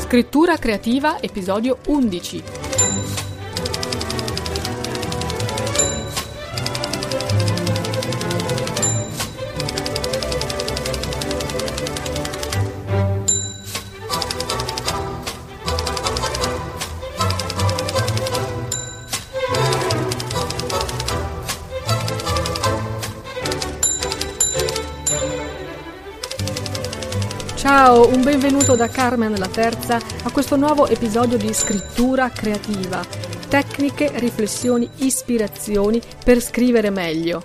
Scrittura creativa, episodio 11. Ciao, un benvenuto da Carmen la Terza a questo nuovo episodio di Scrittura creativa, tecniche, riflessioni, ispirazioni per scrivere meglio.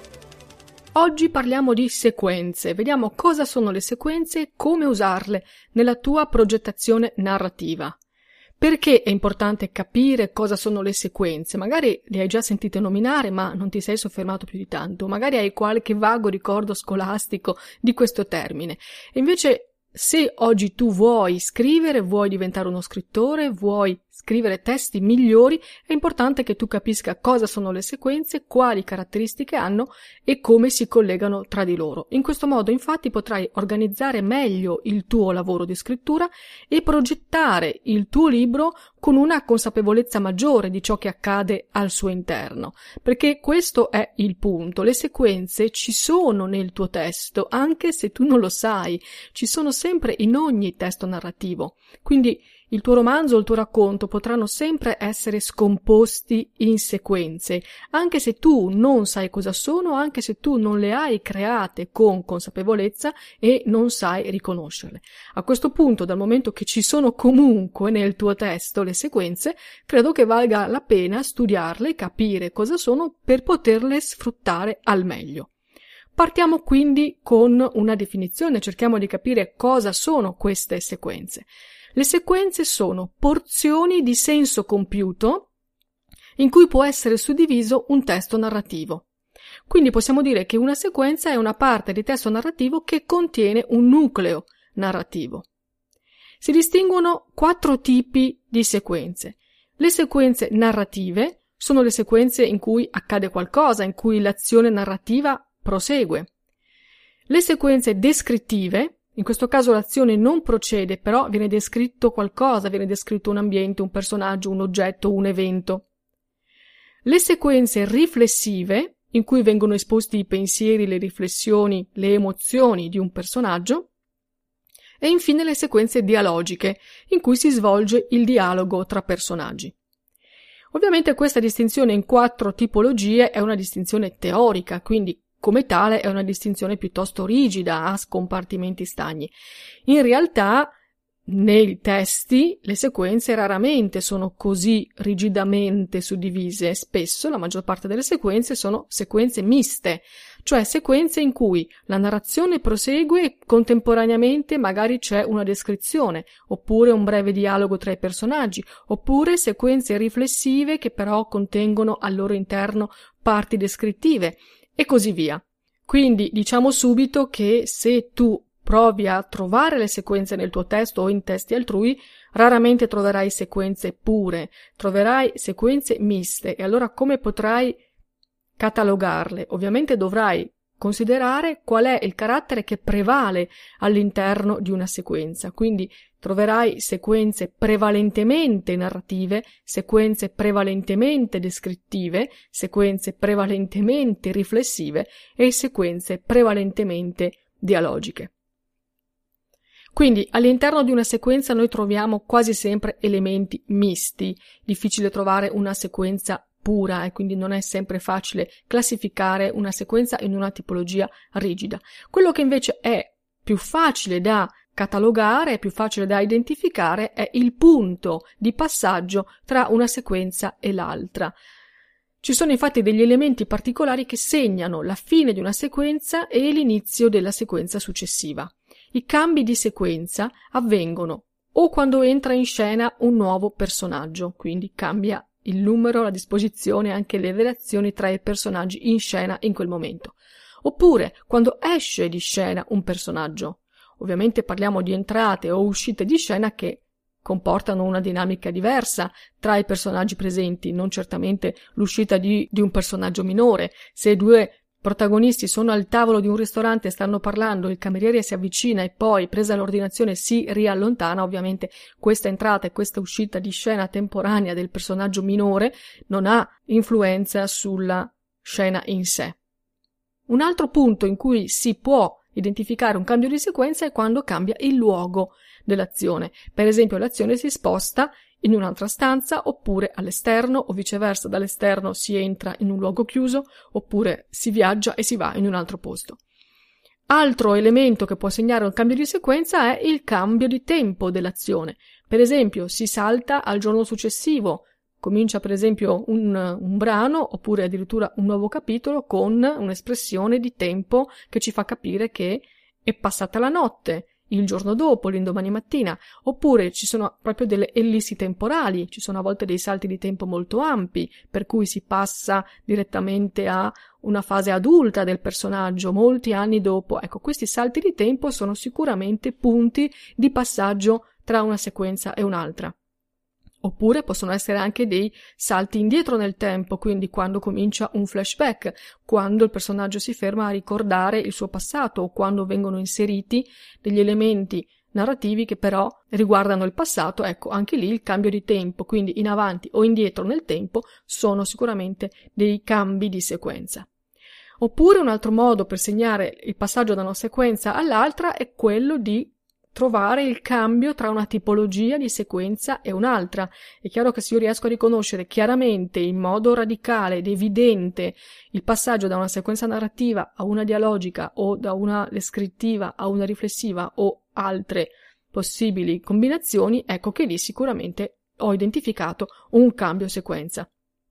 Oggi parliamo di sequenze, vediamo cosa sono le sequenze e come usarle nella tua progettazione narrativa. Perché è importante capire cosa sono le sequenze? Magari le hai già sentite nominare, ma non ti sei soffermato più di tanto, magari hai qualche vago ricordo scolastico di questo termine. E invece, se oggi tu vuoi scrivere, vuoi diventare uno scrittore, vuoi scrivere testi migliori, è importante che tu capisca cosa sono le sequenze, quali caratteristiche hanno e come si collegano tra di loro. In questo modo, infatti, potrai organizzare meglio il tuo lavoro di scrittura e progettare il tuo libro con una consapevolezza maggiore di ciò che accade al suo interno. Perché questo è il punto. Le sequenze ci sono nel tuo testo, anche se tu non lo sai. Ci sono sempre in ogni testo narrativo. Quindi il tuo romanzo o il tuo racconto potranno sempre essere scomposti in sequenze, anche se tu non sai cosa sono, anche se tu non le hai create con consapevolezza e non sai riconoscerle. A questo punto, dal momento che ci sono comunque nel tuo testo le sequenze, credo che valga la pena studiarle, capire cosa sono per poterle sfruttare al meglio. Partiamo quindi con una definizione, cerchiamo di capire cosa sono queste sequenze. Le sequenze sono porzioni di senso compiuto in cui può essere suddiviso un testo narrativo. Quindi possiamo dire che una sequenza è una parte di testo narrativo che contiene un nucleo narrativo. Si distinguono 4 tipi di sequenze. Le sequenze narrative sono le sequenze in cui accade qualcosa, in cui l'azione narrativa prosegue. Le sequenze descrittive, in questo caso l'azione non procede, però viene descritto qualcosa, viene descritto un ambiente, un personaggio, un oggetto, un evento. Le sequenze riflessive, in cui vengono esposti i pensieri, le riflessioni, le emozioni di un personaggio. E infine le sequenze dialogiche, in cui si svolge il dialogo tra personaggi. Ovviamente questa distinzione in 4 tipologie è una distinzione teorica, quindi come tale è una distinzione piuttosto rigida, a scompartimenti stagni. In realtà, nei testi, le sequenze raramente sono così rigidamente suddivise. Spesso, la maggior parte delle sequenze sono sequenze miste, cioè sequenze in cui la narrazione prosegue e contemporaneamente magari c'è una descrizione, oppure un breve dialogo tra i personaggi, oppure sequenze riflessive che però contengono al loro interno parti descrittive, e così via. Quindi diciamo subito che se tu provi a trovare le sequenze nel tuo testo o in testi altrui, raramente troverai sequenze pure, troverai sequenze miste. E allora come potrai catalogarle? Ovviamente dovrai considerare qual è il carattere che prevale all'interno di una sequenza. Quindi troverai sequenze prevalentemente narrative, sequenze prevalentemente descrittive, sequenze prevalentemente riflessive e sequenze prevalentemente dialogiche. Quindi all'interno di una sequenza noi troviamo quasi sempre elementi misti, difficile trovare una sequenza pura e quindi non è sempre facile classificare una sequenza in una tipologia rigida. Quello che invece è più facile da catalogare, è più facile da identificare, è il punto di passaggio tra una sequenza e l'altra. Ci sono infatti degli elementi particolari che segnano la fine di una sequenza e l'inizio della sequenza successiva. I cambi di sequenza avvengono o quando entra in scena un nuovo personaggio, quindi cambia il numero, la disposizione, anche le relazioni tra i personaggi in scena in quel momento. Oppure quando esce di scena un personaggio. Ovviamente parliamo di entrate o uscite di scena che comportano una dinamica diversa tra i personaggi presenti, non certamente l'uscita di un personaggio minore. Se 2 protagonisti sono al tavolo di un ristorante e stanno parlando, il cameriere si avvicina e poi, presa l'ordinazione, si riallontana, ovviamente questa entrata e questa uscita di scena temporanea del personaggio minore non ha influenza sulla scena in sé. Un altro punto in cui si può identificare un cambio di sequenza è quando cambia il luogo dell'azione. Per esempio, l'azione si sposta in un'altra stanza, oppure all'esterno, o viceversa, dall'esterno si entra in un luogo chiuso, oppure si viaggia e si va in un altro posto. Altro elemento che può segnare un cambio di sequenza è il cambio di tempo dell'azione. Per esempio, si salta al giorno successivo, comincia per esempio un brano, oppure addirittura un nuovo capitolo con un'espressione di tempo che ci fa capire che è passata la notte, il giorno dopo, l'indomani mattina, oppure ci sono proprio delle ellissi temporali, ci sono a volte dei salti di tempo molto ampi, per cui si passa direttamente a una fase adulta del personaggio molti anni dopo. Ecco, questi salti di tempo sono sicuramente punti di passaggio tra una sequenza e un'altra. Oppure possono essere anche dei salti indietro nel tempo, quindi quando comincia un flashback, quando il personaggio si ferma a ricordare il suo passato o quando vengono inseriti degli elementi narrativi che però riguardano il passato. Ecco, anche lì il cambio di tempo, quindi in avanti o indietro nel tempo, sono sicuramente dei cambi di sequenza. Oppure un altro modo per segnare il passaggio da una sequenza all'altra è quello di trovare il cambio tra una tipologia di sequenza e un'altra. È chiaro che se io riesco a riconoscere chiaramente, in modo radicale ed evidente, il passaggio da una sequenza narrativa a una dialogica o da una descrittiva a una riflessiva o altre possibili combinazioni, ecco che lì sicuramente ho identificato un cambio sequenza.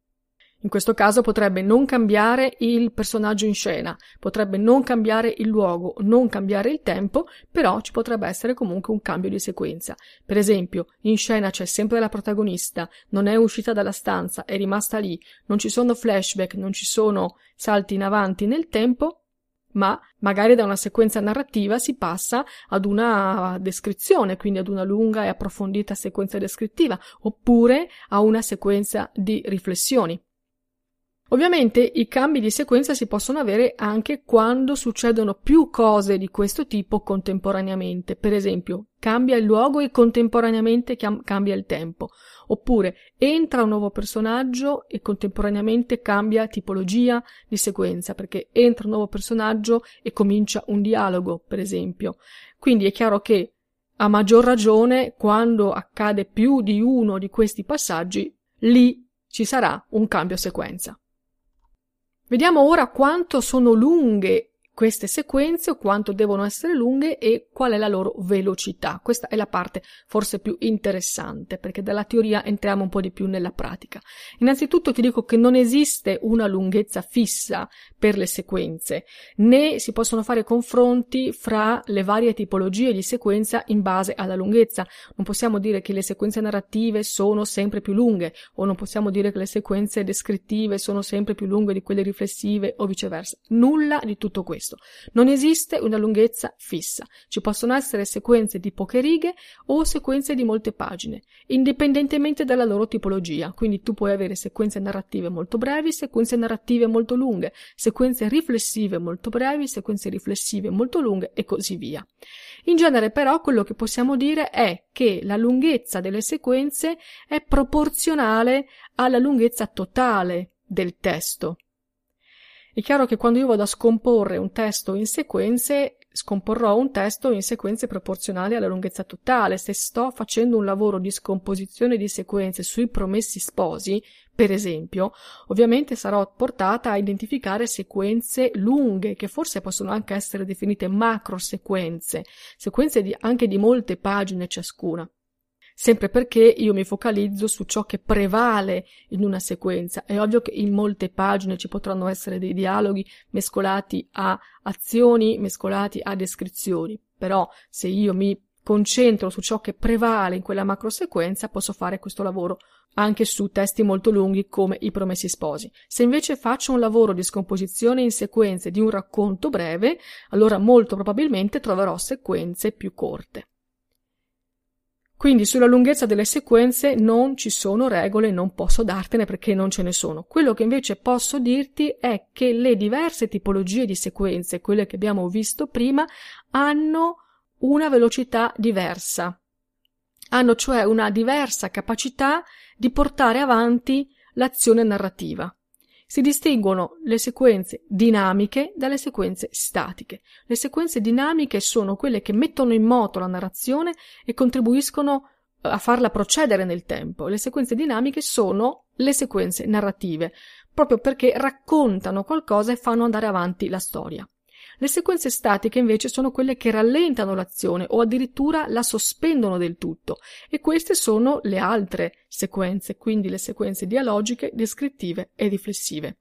In questo caso potrebbe non cambiare il personaggio in scena, potrebbe non cambiare il luogo, non cambiare il tempo, però ci potrebbe essere comunque un cambio di sequenza. Per esempio, in scena c'è sempre la protagonista, non è uscita dalla stanza, è rimasta lì, non ci sono flashback, non ci sono salti in avanti nel tempo, ma magari da una sequenza narrativa si passa ad una descrizione, quindi ad una lunga e approfondita sequenza descrittiva, oppure a una sequenza di riflessioni. Ovviamente i cambi di sequenza si possono avere anche quando succedono più cose di questo tipo contemporaneamente. Per esempio, cambia il luogo e contemporaneamente cambia il tempo. Oppure entra un nuovo personaggio e contemporaneamente cambia tipologia di sequenza, perché entra un nuovo personaggio e comincia un dialogo, per esempio. Quindi è chiaro che a maggior ragione, quando accade più di uno di questi passaggi, lì ci sarà un cambio sequenza. Vediamo ora quanto sono lunghe queste sequenze o quanto devono essere lunghe e qual è la loro velocità. Questa è la parte forse più interessante, perché dalla teoria entriamo un po' di più nella pratica. Innanzitutto ti dico che non esiste una lunghezza fissa per le sequenze, né si possono fare confronti fra le varie tipologie di sequenza in base alla lunghezza. Non possiamo dire che le sequenze narrative sono sempre più lunghe, o non possiamo dire che le sequenze descrittive sono sempre più lunghe di quelle riflessive o viceversa. Nulla di tutto questo. Non esiste una lunghezza fissa. Ci possono essere sequenze di poche righe o sequenze di molte pagine, indipendentemente dalla loro tipologia. Quindi tu puoi avere sequenze narrative molto brevi, sequenze narrative molto lunghe, sequenze riflessive molto brevi, sequenze riflessive molto lunghe e così via. In genere però quello che possiamo dire è che la lunghezza delle sequenze è proporzionale alla lunghezza totale del testo. È chiaro che quando io vado a scomporre un testo in sequenze, scomporrò un testo in sequenze proporzionali alla lunghezza totale. Se sto facendo un lavoro di scomposizione di sequenze sui Promessi Sposi, per esempio, ovviamente sarò portata a identificare sequenze lunghe, che forse possono anche essere definite macro sequenze, anche di molte pagine ciascuna. Sempre perché io mi focalizzo su ciò che prevale in una sequenza. È ovvio che in molte pagine ci potranno essere dei dialoghi mescolati a azioni, mescolati a descrizioni, però se io mi concentro su ciò che prevale in quella macro sequenza posso fare questo lavoro anche su testi molto lunghi come I Promessi Sposi. Se invece faccio un lavoro di scomposizione in sequenze di un racconto breve, allora molto probabilmente troverò sequenze più corte. Quindi sulla lunghezza delle sequenze non ci sono regole, non posso dartene perché non ce ne sono. Quello che invece posso dirti è che le diverse tipologie di sequenze, quelle che abbiamo visto prima, hanno una velocità diversa. Hanno cioè una diversa capacità di portare avanti l'azione narrativa. Si distinguono le sequenze dinamiche dalle sequenze statiche. Le sequenze dinamiche sono quelle che mettono in moto la narrazione e contribuiscono a farla procedere nel tempo. Le sequenze dinamiche sono le sequenze narrative, proprio perché raccontano qualcosa e fanno andare avanti la storia. Le sequenze statiche invece sono quelle che rallentano l'azione o addirittura la sospendono del tutto, e queste sono le altre sequenze, quindi le sequenze dialogiche, descrittive e riflessive.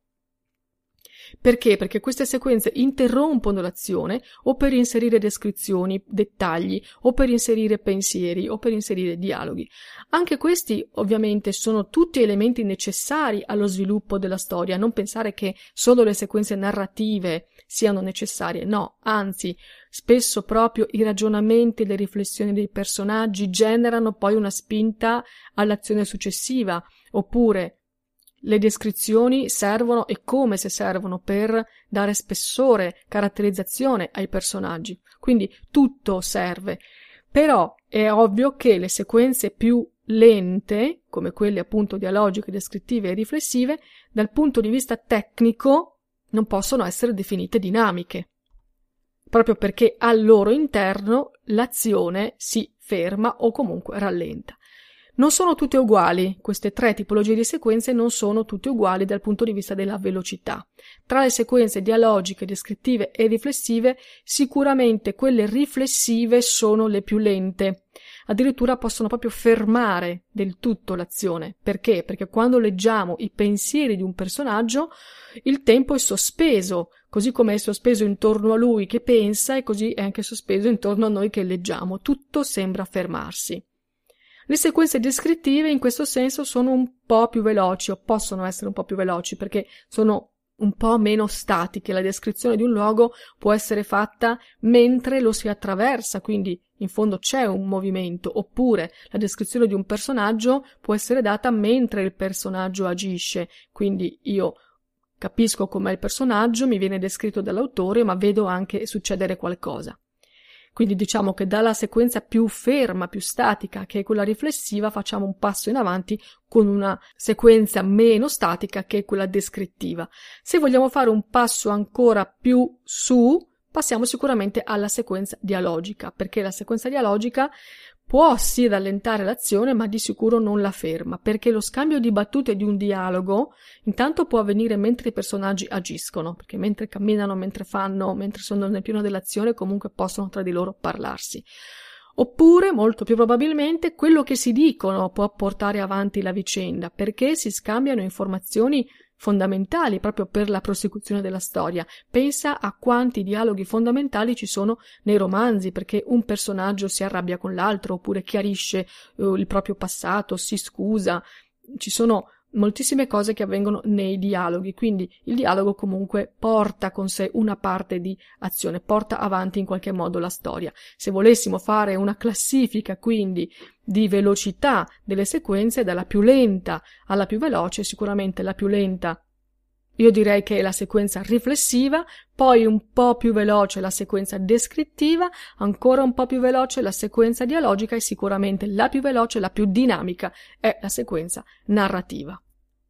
Perché? Perché queste sequenze interrompono l'azione o per inserire descrizioni, dettagli, o per inserire pensieri, o per inserire dialoghi. Anche questi ovviamente sono tutti elementi necessari allo sviluppo della storia. Non pensare che solo le sequenze narrative siano necessarie, no, anzi, spesso proprio i ragionamenti e le riflessioni dei personaggi generano poi una spinta all'azione successiva, oppure le descrizioni servono, e come se servono, per dare spessore, caratterizzazione ai personaggi. Quindi tutto serve. Però è ovvio che le sequenze più lente, come quelle appunto dialogiche, descrittive e riflessive, dal punto di vista tecnico non possono essere definite dinamiche, proprio perché al loro interno l'azione si ferma o comunque rallenta. Non sono tutte uguali, queste tre tipologie di sequenze non sono tutte uguali dal punto di vista della velocità. Tra le sequenze dialogiche, descrittive e riflessive, sicuramente quelle riflessive sono le più lente. Addirittura possono proprio fermare del tutto l'azione. Perché? Perché quando leggiamo i pensieri di un personaggio, il tempo è sospeso, così come è sospeso intorno a lui che pensa, e così è anche sospeso intorno a noi che leggiamo. Tutto sembra fermarsi. Le sequenze descrittive in questo senso sono un po' più veloci, o possono essere un po' più veloci, perché sono un po' meno statiche. La descrizione di un luogo può essere fatta mentre lo si attraversa, quindi in fondo c'è un movimento, oppure la descrizione di un personaggio può essere data mentre il personaggio agisce, quindi io capisco com'è il personaggio, mi viene descritto dall'autore, ma vedo anche succedere qualcosa. Quindi diciamo che dalla sequenza più ferma, più statica, che è quella riflessiva, facciamo un passo in avanti con una sequenza meno statica, che è quella descrittiva. Se vogliamo fare un passo ancora più su, passiamo sicuramente alla sequenza dialogica, perché la sequenza dialogica può sì rallentare l'azione, ma di sicuro non la ferma, perché lo scambio di battute di un dialogo intanto può avvenire mentre i personaggi agiscono, perché mentre camminano, mentre fanno, mentre sono nel pieno dell'azione, comunque possono tra di loro parlarsi. Oppure, molto più probabilmente, quello che si dicono può portare avanti la vicenda, perché si scambiano informazioni fondamentali proprio per la prosecuzione della storia. Pensa a quanti dialoghi fondamentali ci sono nei romanzi, perché un personaggio si arrabbia con l'altro, oppure chiarisce il proprio passato, si scusa. Ci sono moltissime cose che avvengono nei dialoghi, quindi il dialogo comunque porta con sé una parte di azione, porta avanti in qualche modo la storia. Se volessimo fare una classifica quindi di velocità delle sequenze, dalla più lenta alla più veloce, sicuramente la più lenta io direi che è la sequenza riflessiva, poi un po' più veloce la sequenza descrittiva, ancora un po' più veloce la sequenza dialogica, e sicuramente la più veloce, la più dinamica è la sequenza narrativa.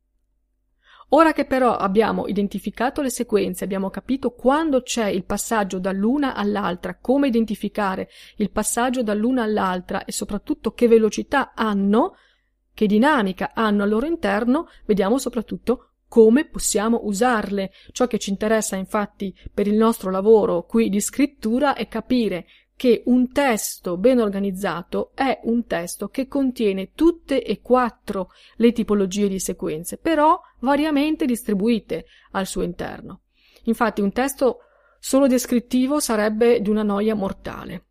Ora che però abbiamo identificato le sequenze, abbiamo capito quando c'è il passaggio dall'una all'altra, come identificare il passaggio dall'una all'altra e soprattutto che velocità hanno, che dinamica hanno al loro interno, vediamo soprattutto come possiamo usarle. Ciò che ci interessa infatti per il nostro lavoro qui di scrittura è capire che un testo ben organizzato è un testo che contiene tutte e quattro le tipologie di sequenze, però variamente distribuite al suo interno. Infatti un testo solo descrittivo sarebbe di una noia mortale.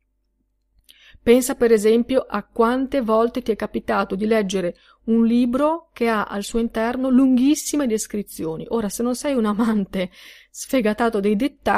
Pensa per esempio a quante volte ti è capitato di leggere un libro che ha al suo interno lunghissime descrizioni. Ora, se non sei un amante sfegatato dei dettagli,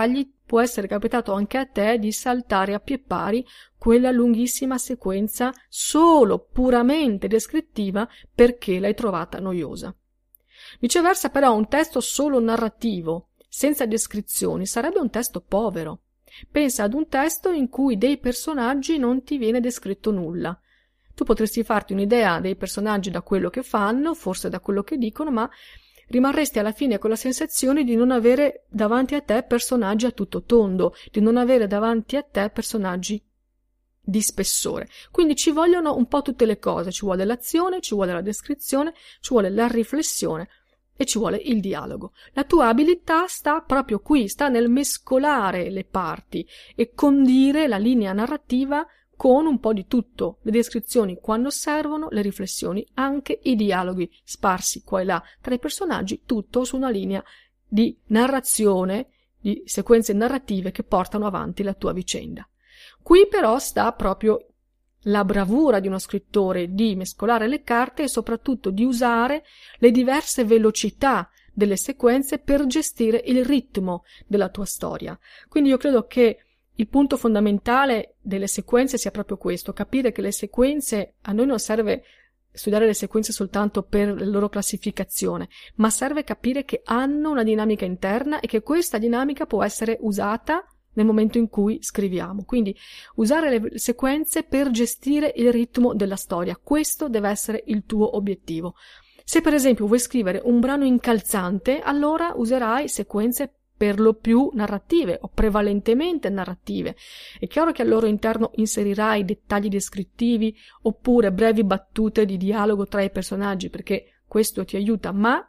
può essere capitato anche a te di saltare a pie pari quella lunghissima sequenza solo puramente descrittiva perché l'hai trovata noiosa. Viceversa, però, un testo solo narrativo, senza descrizioni, sarebbe un testo povero. Pensa ad un testo in cui dei personaggi non ti viene descritto nulla. Tu potresti farti un'idea dei personaggi da quello che fanno, forse da quello che dicono, ma rimarresti alla fine con la sensazione di non avere davanti a te personaggi a tutto tondo, di non avere davanti a te personaggi di spessore. Quindi ci vogliono un po' tutte le cose, ci vuole l'azione, ci vuole la descrizione, ci vuole la riflessione e ci vuole il dialogo. La tua abilità sta proprio qui, sta nel mescolare le parti e condire la linea narrativa con un po' di tutto, le descrizioni quando servono, le riflessioni, anche i dialoghi sparsi qua e là tra i personaggi, tutto su una linea di narrazione, di sequenze narrative che portano avanti la tua vicenda. Qui però sta proprio la bravura di uno scrittore di mescolare le carte e soprattutto di usare le diverse velocità delle sequenze per gestire il ritmo della tua storia. Quindi io credo che il punto fondamentale delle sequenze sia proprio questo, capire che le sequenze, a noi non serve studiare le sequenze soltanto per la loro classificazione, ma serve capire che hanno una dinamica interna e che questa dinamica può essere usata nel momento in cui scriviamo. Quindi usare le sequenze per gestire il ritmo della storia, questo deve essere il tuo obiettivo. Se per esempio vuoi scrivere un brano incalzante, allora userai sequenze per lo più narrative o prevalentemente narrative. È chiaro che al loro interno inserirai dettagli descrittivi oppure brevi battute di dialogo tra i personaggi, perché questo ti aiuta, ma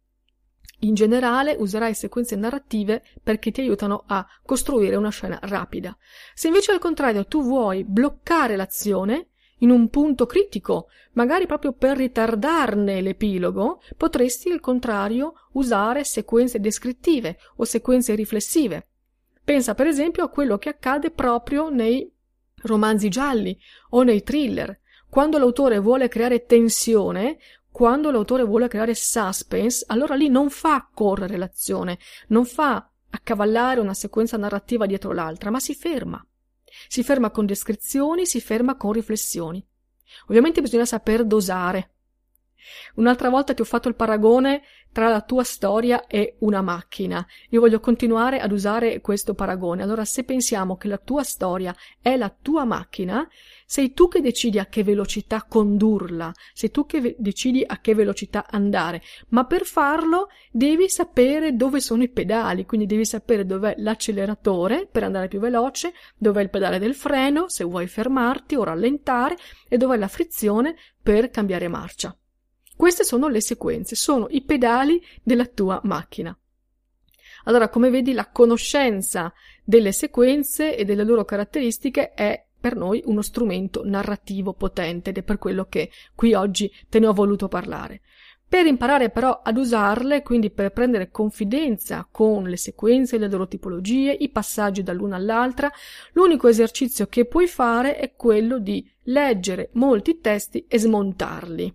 in generale userai sequenze narrative perché ti aiutano a costruire una scena rapida. Se invece al contrario tu vuoi bloccare l'azione in un punto critico, magari proprio per ritardarne l'epilogo, potresti al contrario usare sequenze descrittive o sequenze riflessive. Pensa per esempio a quello che accade proprio nei romanzi gialli o nei thriller. Quando l'autore vuole creare tensione, quando l'autore vuole creare suspense, allora lì non fa correre l'azione, non fa accavallare una sequenza narrativa dietro l'altra, ma si ferma. Si ferma con descrizioni, si ferma con riflessioni. Ovviamente bisogna saper dosare. Un'altra volta ti ho fatto il paragone tra la tua storia e una macchina. Io voglio continuare ad usare questo paragone. Allora, se pensiamo che la tua storia è la tua macchina, sei tu che decidi a che velocità condurla, sei tu che decidi a che velocità andare, ma per farlo devi sapere dove sono i pedali, quindi devi sapere dov'è l'acceleratore per andare più veloce, dov'è il pedale del freno se vuoi fermarti o rallentare e dov'è la frizione per cambiare marcia. Queste sono le sequenze, sono i pedali della tua macchina. Allora, come vedi, la conoscenza delle sequenze e delle loro caratteristiche è per noi uno strumento narrativo potente ed è per quello che qui oggi te ne ho voluto parlare. Per imparare però ad usarle, quindi per prendere confidenza con le sequenze, le loro tipologie, i passaggi dall'una all'altra, l'unico esercizio che puoi fare è quello di leggere molti testi e smontarli.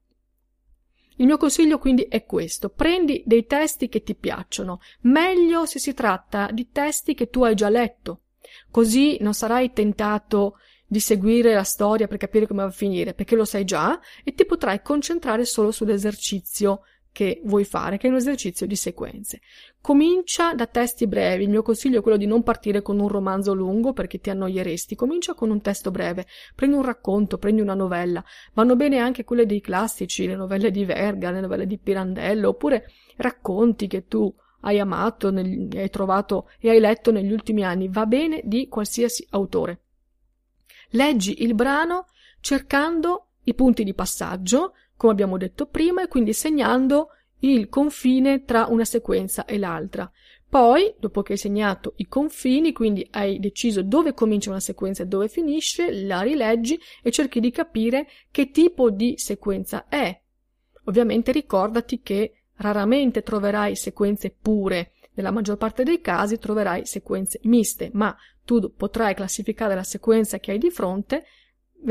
Il mio consiglio quindi è questo: prendi dei testi che ti piacciono, meglio se si tratta di testi che tu hai già letto, così non sarai tentato di seguire la storia per capire come va a finire, perché lo sai già e ti potrai concentrare solo sull'esercizio che vuoi fare, che è un esercizio di sequenze. Comincia da testi brevi. Il mio consiglio è quello di non partire con un romanzo lungo perché ti annoieresti. Comincia con un testo breve, prendi un racconto, prendi una novella. Vanno bene anche quelle dei classici, le novelle di Verga, le novelle di Pirandello, oppure racconti che tu hai amato, hai trovato e hai letto negli ultimi anni. Va bene di qualsiasi autore. Leggi il brano cercando i punti di passaggio, come abbiamo detto prima, e quindi segnando il confine tra una sequenza e l'altra. Poi, dopo che hai segnato i confini, quindi hai deciso dove comincia una sequenza e dove finisce, la rileggi e cerchi di capire che tipo di sequenza è. Ovviamente ricordati che raramente troverai sequenze pure, nella maggior parte dei casi troverai sequenze miste, ma tu potrai classificare la sequenza che hai di fronte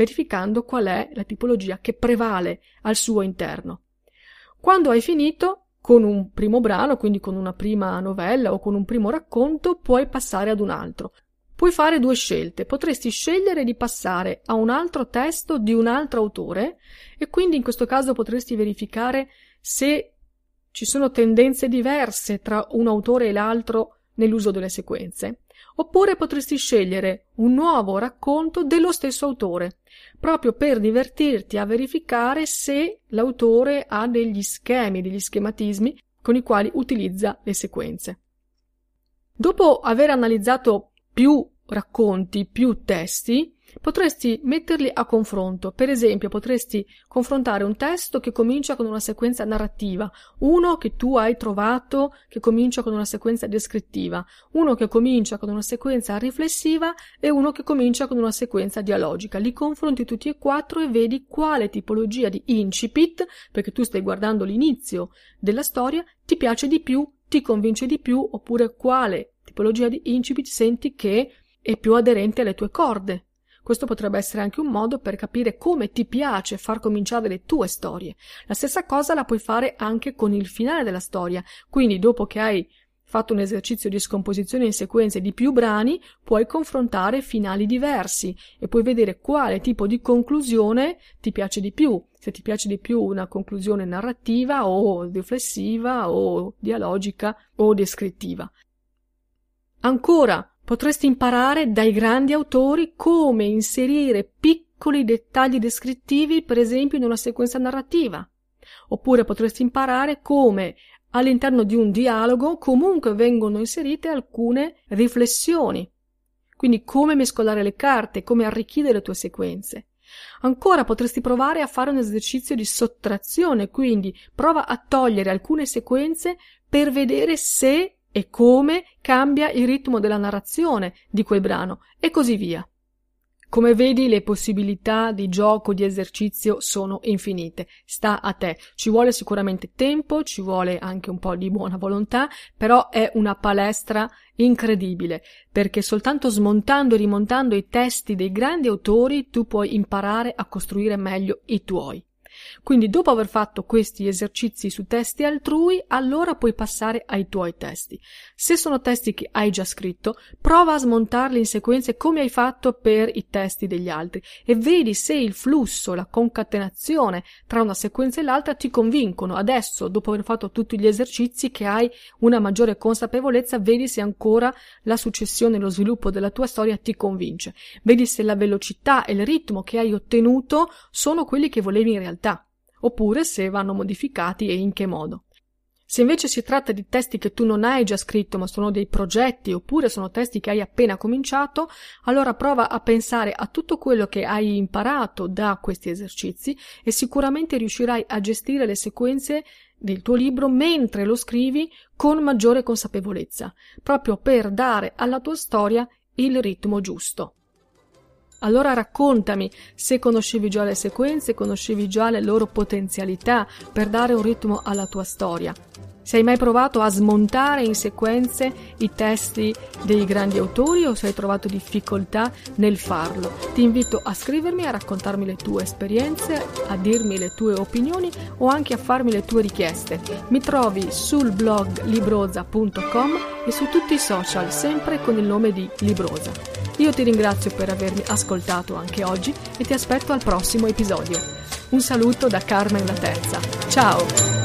verificando qual è la tipologia che prevale al suo interno. Quando hai finito, con un primo brano, quindi con una prima novella o con un primo racconto, puoi passare ad un altro. Puoi fare due scelte. Potresti scegliere di passare a un altro testo di un altro autore e quindi in questo caso potresti verificare se ci sono tendenze diverse tra un autore e l'altro nell'uso delle sequenze. Oppure potresti scegliere un nuovo racconto dello stesso autore, proprio per divertirti a verificare se l'autore ha degli schemi, degli schematismi con i quali utilizza le sequenze. Dopo aver analizzato più racconti, più testi, potresti metterli a confronto. Per esempio, potresti confrontare un testo che comincia con una sequenza narrativa, uno che tu hai trovato che comincia con una sequenza descrittiva, uno che comincia con una sequenza riflessiva e uno che comincia con una sequenza dialogica. Li confronti tutti e quattro e vedi quale tipologia di incipit, perché tu stai guardando l'inizio della storia, ti piace di più, ti convince di più, oppure quale tipologia di incipit senti che è più aderente alle tue corde. Questo potrebbe essere anche un modo per capire come ti piace far cominciare le tue storie. La stessa cosa la puoi fare anche con il finale della storia. Quindi, dopo che hai fatto un esercizio di scomposizione in sequenze di più brani, puoi confrontare finali diversi e puoi vedere quale tipo di conclusione ti piace di più. Se ti piace di più una conclusione narrativa o riflessiva o dialogica o descrittiva. Ancora, potresti imparare dai grandi autori come inserire piccoli dettagli descrittivi, per esempio, in una sequenza narrativa. Oppure potresti imparare come all'interno di un dialogo comunque vengono inserite alcune riflessioni. Quindi come mescolare le carte, come arricchire le tue sequenze. Ancora potresti provare a fare un esercizio di sottrazione, quindi prova a togliere alcune sequenze per vedere se e come cambia il ritmo della narrazione di quel brano, e così via. Come vedi, le possibilità di gioco, di esercizio sono infinite. Sta a te. Ci vuole sicuramente tempo, ci vuole anche un po' di buona volontà, però è una palestra incredibile, perché soltanto smontando e rimontando i testi dei grandi autori tu puoi imparare a costruire meglio i tuoi. Quindi, dopo aver fatto questi esercizi su testi altrui, allora puoi passare ai tuoi testi. Se sono testi che hai già scritto, prova a smontarli in sequenze come hai fatto per i testi degli altri e vedi se il flusso, la concatenazione tra una sequenza e l'altra ti convincono. Adesso, dopo aver fatto tutti gli esercizi, che hai una maggiore consapevolezza, vedi se ancora la successione e lo sviluppo della tua storia ti convince. Vedi se la velocità e il ritmo che hai ottenuto sono quelli che volevi in realtà, oppure se vanno modificati e in che modo. Se invece si tratta di testi che tu non hai già scritto ma sono dei progetti, oppure sono testi che hai appena cominciato, allora prova a pensare a tutto quello che hai imparato da questi esercizi e sicuramente riuscirai a gestire le sequenze del tuo libro mentre lo scrivi con maggiore consapevolezza, proprio per dare alla tua storia il ritmo giusto. Allora raccontami se conoscevi già le sequenze, conoscevi già le loro potenzialità per dare un ritmo alla tua storia. Se hai mai provato a smontare in sequenze i testi dei grandi autori o se hai trovato difficoltà nel farlo. Ti invito a scrivermi, a raccontarmi le tue esperienze, a dirmi le tue opinioni o anche a farmi le tue richieste. Mi trovi sul blog libroza.com e su tutti i social, sempre con il nome di Libroza. Io ti ringrazio per avermi ascoltato anche oggi e ti aspetto al prossimo episodio. Un saluto da Carmen la Terza. Ciao!